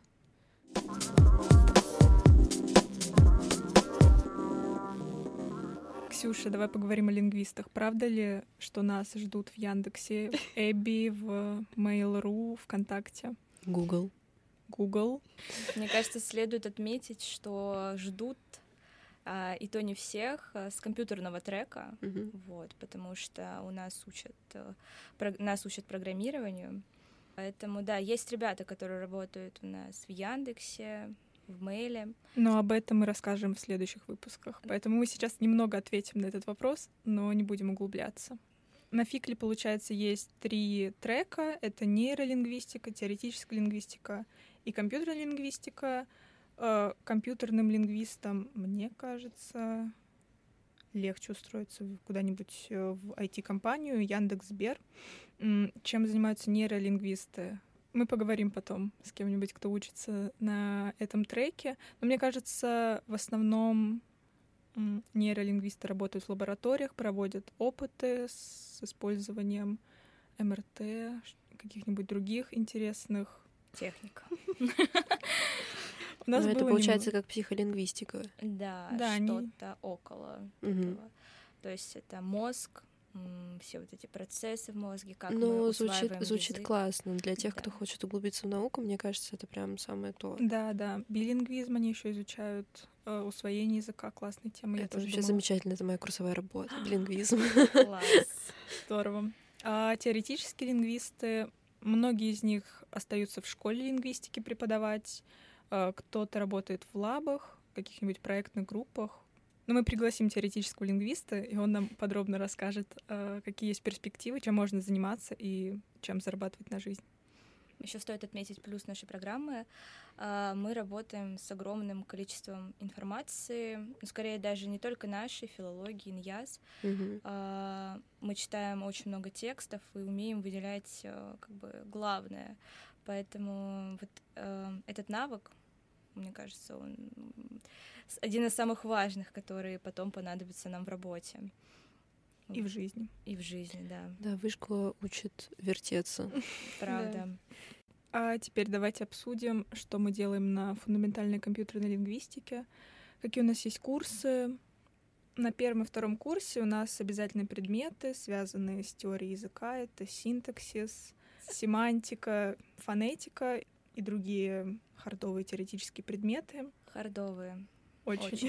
Ксюша, давай поговорим о лингвистах. Правда ли, что нас ждут в Яндексе, в Эбби, в Mail.ru, ВКонтакте? Google. Google. Мне кажется, следует отметить, что ждут а, и то не всех а, с компьютерного трека, Mm-hmm. вот, потому что у нас учат, а, про, нас учат программированию. Поэтому, да, есть ребята, которые работают у нас в Яндексе, в Мейле. Но об этом мы расскажем в следующих выпусках. Поэтому мы сейчас немного ответим на этот вопрос, но не будем углубляться. На Фикле, получается, есть три трека. Это нейролингвистика, теоретическая лингвистика и компьютерная лингвистика. Э, компьютерным лингвистам, мне кажется, легче устроиться куда-нибудь в ай ти-компанию, Яндекс.Сбер. Чем занимаются нейролингвисты? Мы поговорим потом с кем-нибудь, кто учится на этом треке. Но мне кажется, в основном нейролингвисты работают в лабораториях, проводят опыты с использованием эм эр тэ, каких-нибудь других интересных Техника. У нас Ну, это было получается немного- как психолингвистика. Да, Да, они- что-то около Мгм. этого. То есть это мозг, м, все вот эти процессы в мозге, как мы Ну, звучит, усваиваем звучит язык. классно. Для тех, кто Да. хочет углубиться в науку, мне кажется, это прям самое то. Да, да. Билингвизм они еще изучают, э, усвоение языка. Классная тема. Я Это тоже вообще думала. замечательно, это моя курсовая работа. Билингвизм. Класс. Здорово. А теоретические лингвисты, многие из них остаются в школе лингвистики преподавать, а, кто-то работает в лабах, в каких-нибудь проектных группах. Но мы пригласим теоретического лингвиста, и он нам подробно расскажет, а, какие есть перспективы, чем можно заниматься и чем зарабатывать на жизнь. Еще стоит отметить плюс нашей программы. А, Мы работаем с огромным количеством информации, ну, скорее даже не только нашей, филологии, иньяз. Мгм. А, Мы читаем очень много текстов и умеем выделять э, как бы главное. Поэтому вот э, этот навык, мне кажется, он м, с- один из самых важных, которые потом понадобятся нам в работе. И в жизни. И в жизни, да, Да, вышка учит вертеться. правда. А теперь давайте обсудим, что мы делаем на фундаментальной компьютерной лингвистике, какие у нас есть курсы. На первом и втором курсе у нас обязательные предметы, связанные с теорией языка. Это синтаксис, семантика, фонетика и другие хардовые теоретические предметы. Хардовые. Очень. Очень.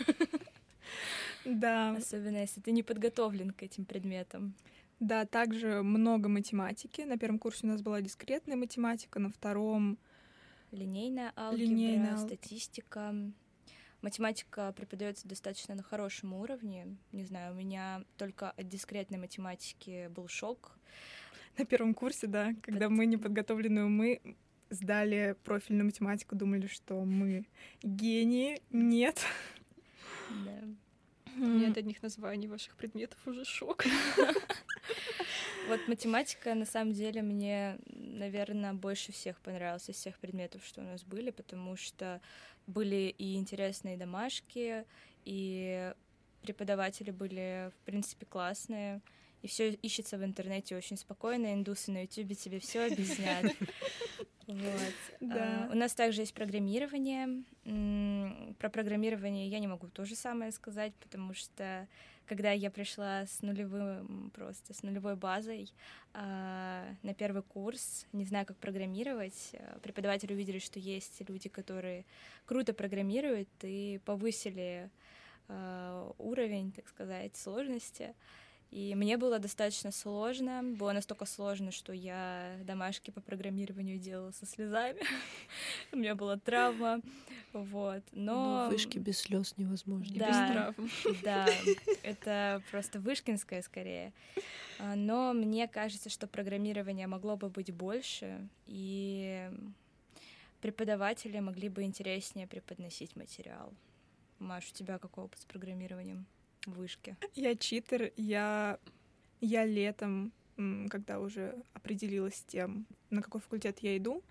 Да, Особенно если ты не подготовлен к этим предметам. да, также много математики. На первом курсе у нас была дискретная математика, на втором Линейная алгебра, Линейная ал- статистика. Математика преподается достаточно на хорошем уровне. Не знаю, у меня только от дискретной математики был шок. на первом курсе, да, когда мы неподготовленные умы сдали профильную математику, думали, что мы гении. Нет. Да. У меня от одних названий ваших предметов уже шок. Вот математика, на самом деле, мне, наверное, больше всех понравилась из всех предметов, что у нас были, потому что были и интересные домашки, и преподаватели были, в принципе, классные, и все ищется в интернете очень спокойно, индусы на ютубе тебе все объяснят. Вот. Да. А, У нас также есть программирование. М, Про программирование я не могу то же самое сказать, потому что когда я пришла с нулевым, просто с нулевой базой а, на первый курс, не знаю, как программировать, а, преподаватели увидели, что есть люди, которые круто программируют, и повысили а, уровень, так сказать, сложности. И мне было достаточно сложно. Было настолько сложно, что я домашки по программированию делала со слезами. У меня была травма. Вот. Но... Ну, вышки без слез невозможно. И Да. без травм. Да, это просто вышкинское скорее. А, Но мне кажется, что программирование могло бы быть больше, и преподаватели могли бы интереснее преподносить материал. Маш, у тебя какой опыт с программированием в вышке? Я читер, я, я летом, м, когда уже определилась с тем, на какой факультет я иду,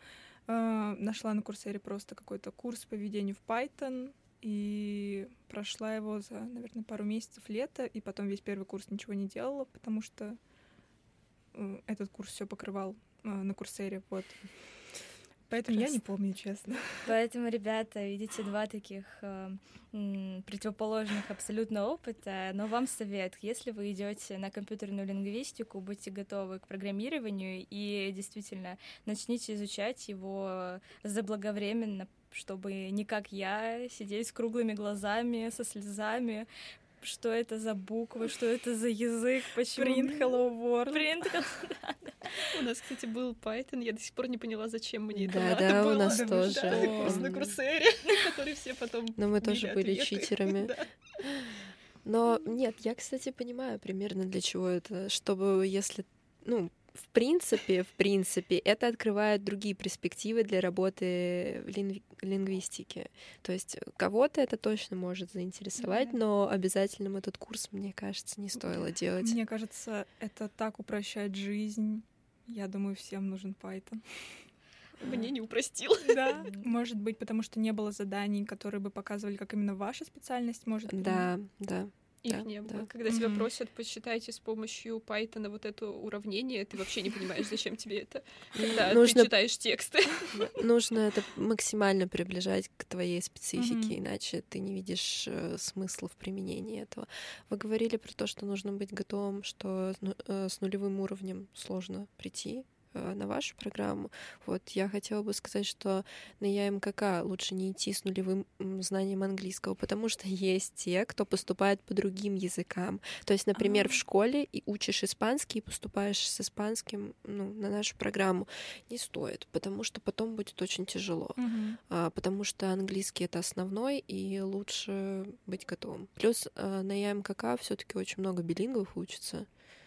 Э, нашла на Курсере просто какой-то курс по введению в Python, и прошла его за, наверное, пару месяцев лета, и потом весь первый курс ничего не делала, потому что э, этот курс все покрывал э, на Курсере, вот. Поэтому просто я не помню, честно. Поэтому, ребята, видите, два таких э, м, противоположных абсолютно опыта. Но вам совет, если вы идете на компьютерную лингвистику, будьте готовы к программированию и действительно начните изучать его заблаговременно, чтобы не как я сидеть с круглыми глазами, со слезами. Что это за буквы, что это за язык, почему... Print Hello World. Print Hello... У нас, кстати, был Python, я до сих пор не поняла, зачем мне это Да, надо да, было. у нас Да, тоже. да, курс на Курсере, который все потом Но мы тоже били были ответы. читерами. Да. Но нет, я, кстати, понимаю примерно, для чего это. Чтобы, если, ну, в принципе, в принципе, это открывает другие перспективы для работы в лингви- лингвистике. То есть кого-то это точно может заинтересовать, Да. но обязательным этот курс, мне кажется, не стоило делать. Мне кажется, это так упрощает жизнь. Я думаю, всем нужен Python. Мне не упростил. Да, может быть, потому что не было заданий, которые бы показывали, как именно ваша специальность может быть. Да, да. Их Да, не было. да. Когда тебя Мгм. просят, посчитайте с помощью Python вот это уравнение, ты вообще не понимаешь, зачем тебе это, когда Нужно- ты читаешь тексты. Нужно это максимально приближать к твоей специфике, Мгм. иначе ты не видишь э, смысла в применении этого. Вы говорили про то, что нужно быть готовым, что с ну- э, с нулевым уровнем сложно прийти э, на вашу программу. Вот я хотела бы сказать, что на ЯМКК лучше не идти с нулевым м, знанием английского, потому что есть те, кто поступает по другим языкам. То есть, например, в А. школе и учишь испанский, и поступаешь с испанским, ну, на нашу программу. Не стоит, потому что потом будет очень тяжело. Мгм. А, потому что английский — это основной, и лучше быть готовым. Плюс а, на ЯМКК все таки очень много билингвов учатся.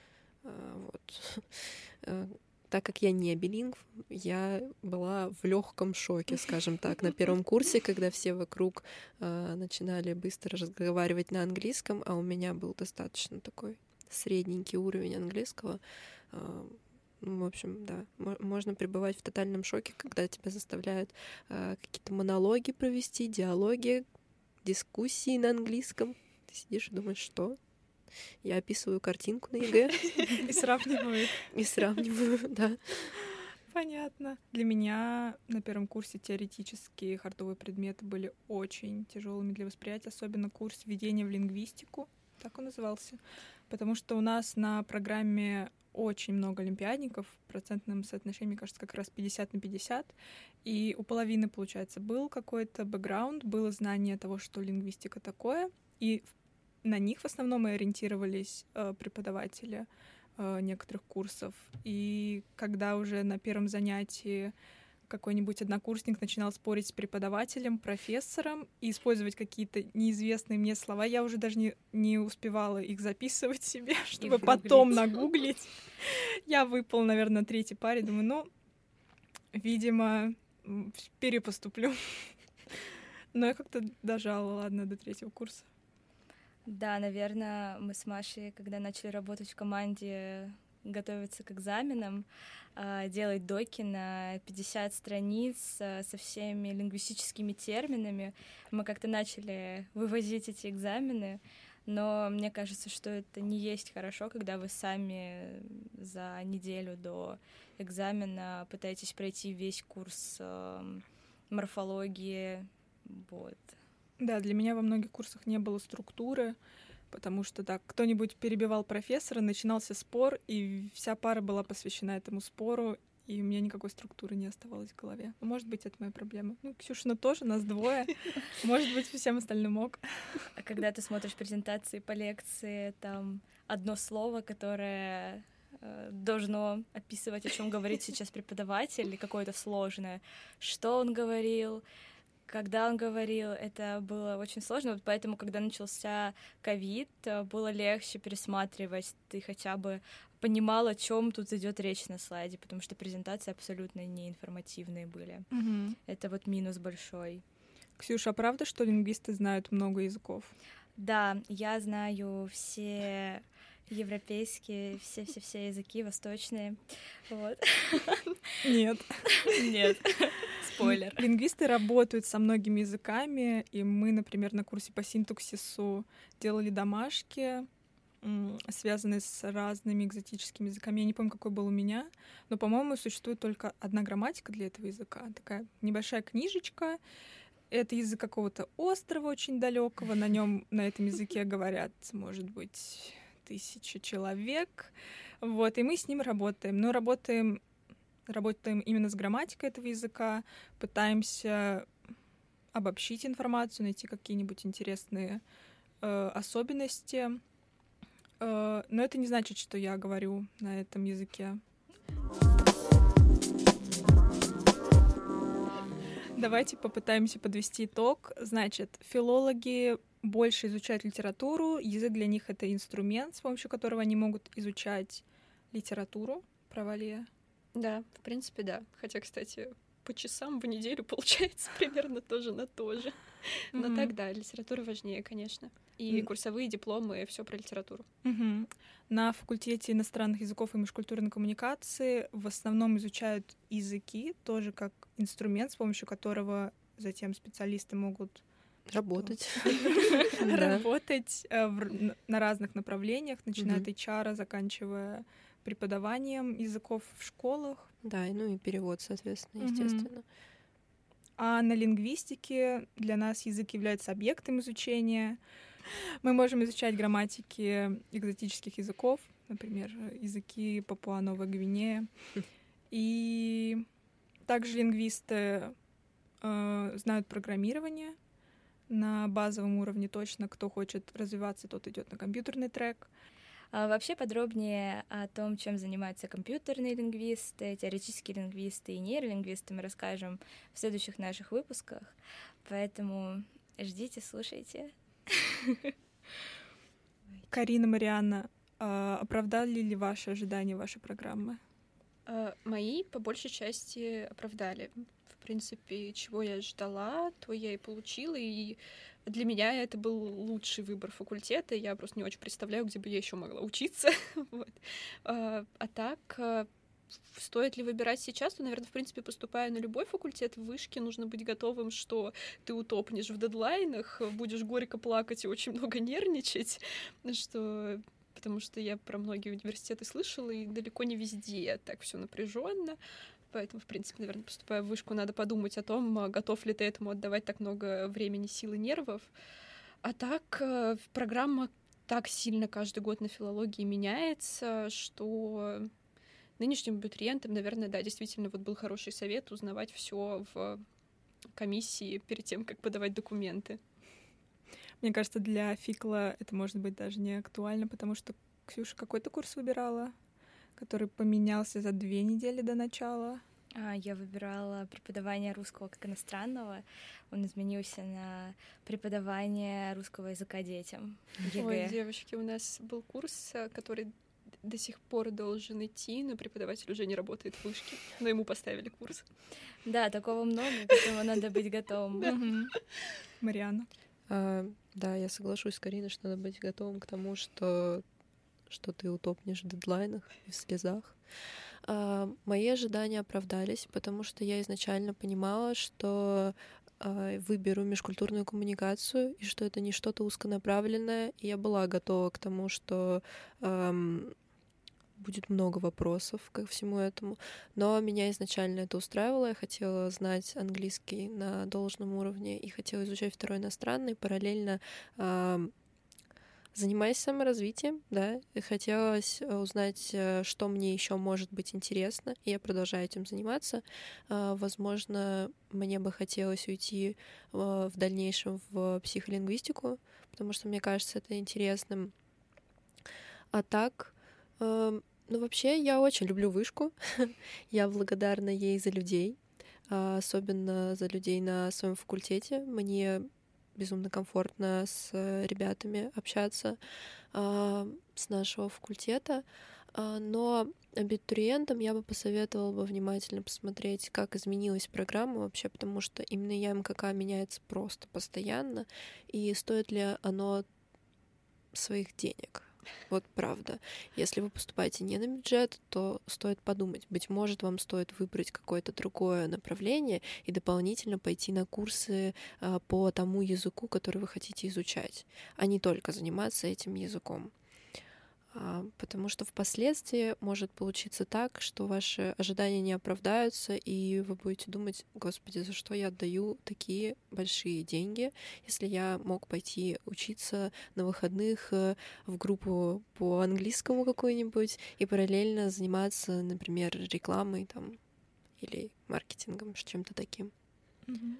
А, вот. А, Так как я не билингв, я была в легком шоке, скажем так, на первом курсе, когда все вокруг а, начинали быстро разговаривать на английском, а у меня был достаточно такой средненький уровень английского. А, ну, в общем, да, мо- можно пребывать в тотальном шоке, когда тебя заставляют а, какие-то монологи провести, диалоги, дискуссии на английском. Ты сидишь и думаешь, что? Я описываю картинку на ЕГЭ И сравниваю их. и сравниваю, да. Понятно. Для меня на первом курсе теоретические хардовые предметы были очень тяжелыми для восприятия, особенно курс введения в лингвистику, так он назывался, потому что у нас на программе очень много олимпиадников, в процентном соотношении, мне кажется, как раз пятьдесят на пятьдесят, и у половины, получается, был какой-то бэкграунд, было знание того, что лингвистика такое, и на них в основном мы ориентировались э, преподаватели э, некоторых курсов. И когда уже на первом занятии какой-нибудь однокурсник начинал спорить с преподавателем, профессором и использовать какие-то неизвестные мне слова, я уже даже не, не успевала их записывать себе, чтобы потом нагуглить. Я выпала, наверное, на третьей паре, думаю, ну, видимо, м, перепоступлю. Но я как-то дожала, ладно, до третьего курса. Да, наверное, мы с Машей, когда начали работать в команде, готовиться к экзаменам, а, делать доки на пятьдесят страниц а, со всеми лингвистическими терминами, мы как-то начали вывозить эти экзамены, но мне кажется, что это не есть хорошо, когда вы сами за неделю до экзамена пытаетесь пройти весь курс а, морфологии, вот. Да, для меня во многих курсах не было структуры, потому что так, кто-нибудь перебивал профессора, начинался спор, и вся пара была посвящена этому спору, и у меня никакой структуры не оставалось в голове. Ну, может быть, это моя проблема. Ну, Ксюшина тоже, нас двое. Может быть, всем остальным ок. А когда ты смотришь презентации по лекции, там одно слово, которое э, должно описывать, о чем говорит сейчас преподаватель, или какое-то сложное, что он говорил, когда он говорил, это было очень сложно, вот поэтому, когда начался ковид, было легче пересматривать, ты хотя бы понимал, о чем тут идет речь на слайде, потому что презентации абсолютно неинформативные были. Угу. Это вот минус большой. Ксюша, а правда, что лингвисты знают много языков? Да, я знаю все европейские, все-все-все языки, восточные, вот. Нет. Нет. Спойлер. Лингвисты работают со многими языками, и мы, например, на курсе по синтаксису делали домашки, связанные с разными экзотическими языками. Я не помню, какой был у меня, но, по-моему, существует только одна грамматика для этого языка. Такая небольшая книжечка. Это язык какого-то острова очень далекого. На нем, на этом языке говорят, может быть, тысяча человек. Вот, и мы с ним работаем. Но работаем, работаем именно с грамматикой этого языка, пытаемся обобщить информацию, найти какие-нибудь интересные э, особенности. Э, но это не значит, что я говорю на этом языке. Давайте попытаемся подвести итог. Значит, филологи больше изучают литературу, язык для них — это инструмент, с помощью которого они могут изучать литературу. Права ли я? Да, в принципе, да. Хотя, кстати, по часам в неделю получается примерно тоже на то же. Но Мгм. так, да, литература важнее, конечно. И М. курсовые дипломы, все про литературу. Мгм. На факультете иностранных языков и межкультурной коммуникации в основном изучают языки, тоже как инструмент, с помощью которого затем специалисты могут Работать. Да. работать э, в р- н- на разных направлениях, начиная от Мгм. эйч ар, заканчивая преподаванием языков в школах. Да, и ну и перевод, соответственно, Мгм. естественно. А на лингвистике для нас язык является объектом изучения. Мы можем изучать грамматики экзотических языков, например, языки Папуа-Новой Гвинеи. И также лингвисты э, знают программирование на базовом уровне точно. Кто хочет развиваться, тот идет на компьютерный трек. А вообще подробнее о том, чем занимаются компьютерные лингвисты, теоретические лингвисты и нейролингвисты, мы расскажем в следующих наших выпусках. Поэтому ждите, слушайте. Карина, Марианна, э, оправдали ли ваши ожидания вашей программы? Э, Мои, по большей части, оправдали. В принципе, чего я ждала, то я и получила, и для меня это был лучший выбор факультета. Я просто не очень представляю, где бы я еще могла учиться. Вот. А а так, э, стоит ли выбирать сейчас, то, наверное, в принципе, поступая на любой факультет в вышке, нужно быть готовым, что ты утопнешь в дедлайнах, будешь горько плакать и очень много нервничать, что... потому что я про многие университеты слышала, и далеко не везде так все напряженно. Поэтому, в принципе, наверное, поступая в вышку, надо подумать о том, а, готов ли ты этому отдавать так много времени, сил и нервов. А так, э, программа так сильно каждый год на филологии меняется, что нынешним абитуриентам, наверное, да, действительно, вот был хороший совет узнавать все в комиссии перед тем, как подавать документы. Мне кажется, для фикла это может быть даже не актуально, потому что Ксюша какой-то курс выбирала, который поменялся за две недели до начала. А, Я выбирала преподавание русского как иностранного. Он изменился на преподавание русского языка детям. Ой, ЕГЭ. девочки, у нас был курс, э, который до сих пор должен идти, но преподаватель уже не работает в вышке, но ему поставили курс. Да, такого много, к этому надо быть готовым. Мгм. Марианна. А, да, я соглашусь с Кариной, что надо быть готовым к тому, что, что ты утопнешь в дедлайнах и в слезах. А, мои ожидания оправдались, потому что я изначально понимала, что а, выберу межкультурную коммуникацию, и что это не что-то узконаправленное, и я была готова к тому, что ам, будет много вопросов ко всему этому, но меня изначально это устраивало, я хотела знать английский на должном уровне и хотела изучать второй иностранный, параллельно ам, занимаясь саморазвитием, да, и хотелось э, узнать, э, что мне еще может быть интересно, и я продолжаю этим заниматься. А, Возможно, мне бы хотелось уйти э, в дальнейшем в психолингвистику, потому что мне кажется это интересным. А так, эм, ну вообще я очень люблю вышку, я благодарна ей за людей, а, особенно за людей на своем факультете. Мне безумно комфортно с э, ребятами общаться а, с нашего факультета, А, но абитуриентам я бы посоветовала бы внимательно посмотреть, как изменилась программа вообще, потому что именно я эм ка ка меняется просто постоянно, и стоит ли оно своих денег. Вот правда. Если вы поступаете не на бюджет, то стоит подумать. Быть может, вам стоит выбрать какое-то другое направление и дополнительно пойти на курсы а, по тому языку, который вы хотите изучать, а не только заниматься этим языком. А, потому что впоследствии может получиться так, что ваши ожидания не оправдаются, и вы будете думать: господи, за что я отдаю такие большие деньги, если я мог пойти учиться на выходных в группу по английскому какую-нибудь и параллельно заниматься, например, рекламой там или маркетингом, чем-то таким. Mm-hmm.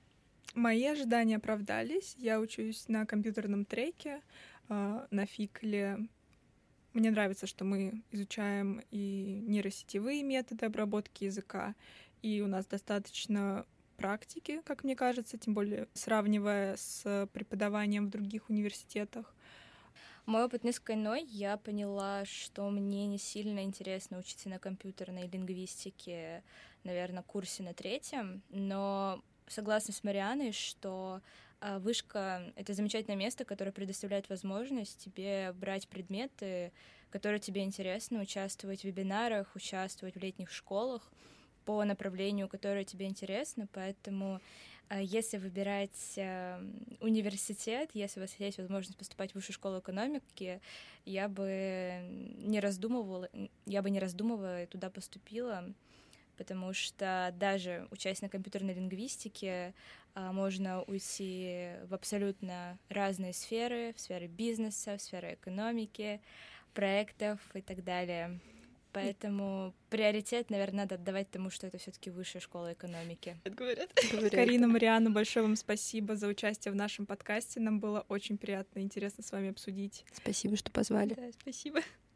Мои ожидания оправдались. Я учусь на компьютерном треке, э, на фикле. Мне нравится, что мы изучаем и нейросетевые методы обработки языка, и у нас достаточно практики, как мне кажется, тем более сравнивая с преподаванием в других университетах. Мой опыт несколько иной. Я поняла, что мне не сильно интересно учиться на компьютерной лингвистике, наверное, курсе на третьем, но согласна с Марианой, что вышка — это замечательное место, которое предоставляет возможность тебе брать предметы, которые тебе интересны, участвовать в вебинарах, участвовать в летних школах по направлению, которое тебе интересно. Поэтому если выбирать университет, если у вас есть возможность поступать в высшую школу экономики, я бы не раздумывала, я бы не раздумывая туда поступила, потому что даже учась на компьютерной лингвистике, можно уйти в абсолютно разные сферы, в сферы бизнеса, в сферы экономики, проектов и так далее. Поэтому приоритет, наверное, надо отдавать тому, что это все-таки высшая школа экономики. Говорят. Карина, Марианна, большое вам спасибо за участие в нашем подкасте. Нам было очень приятно и интересно с вами обсудить. Спасибо, что позвали. Да, спасибо.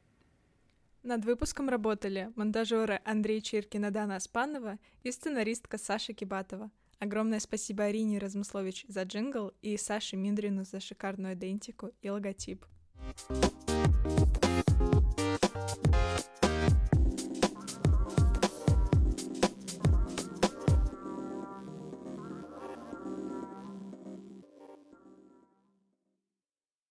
Над выпуском работали монтажеры Андрей Чиркин и Дана Аспанова и сценаристка Саша Кибатова. Огромное спасибо Арине Размыслович за джингл и Саше Миндрину за шикарную идентику и логотип.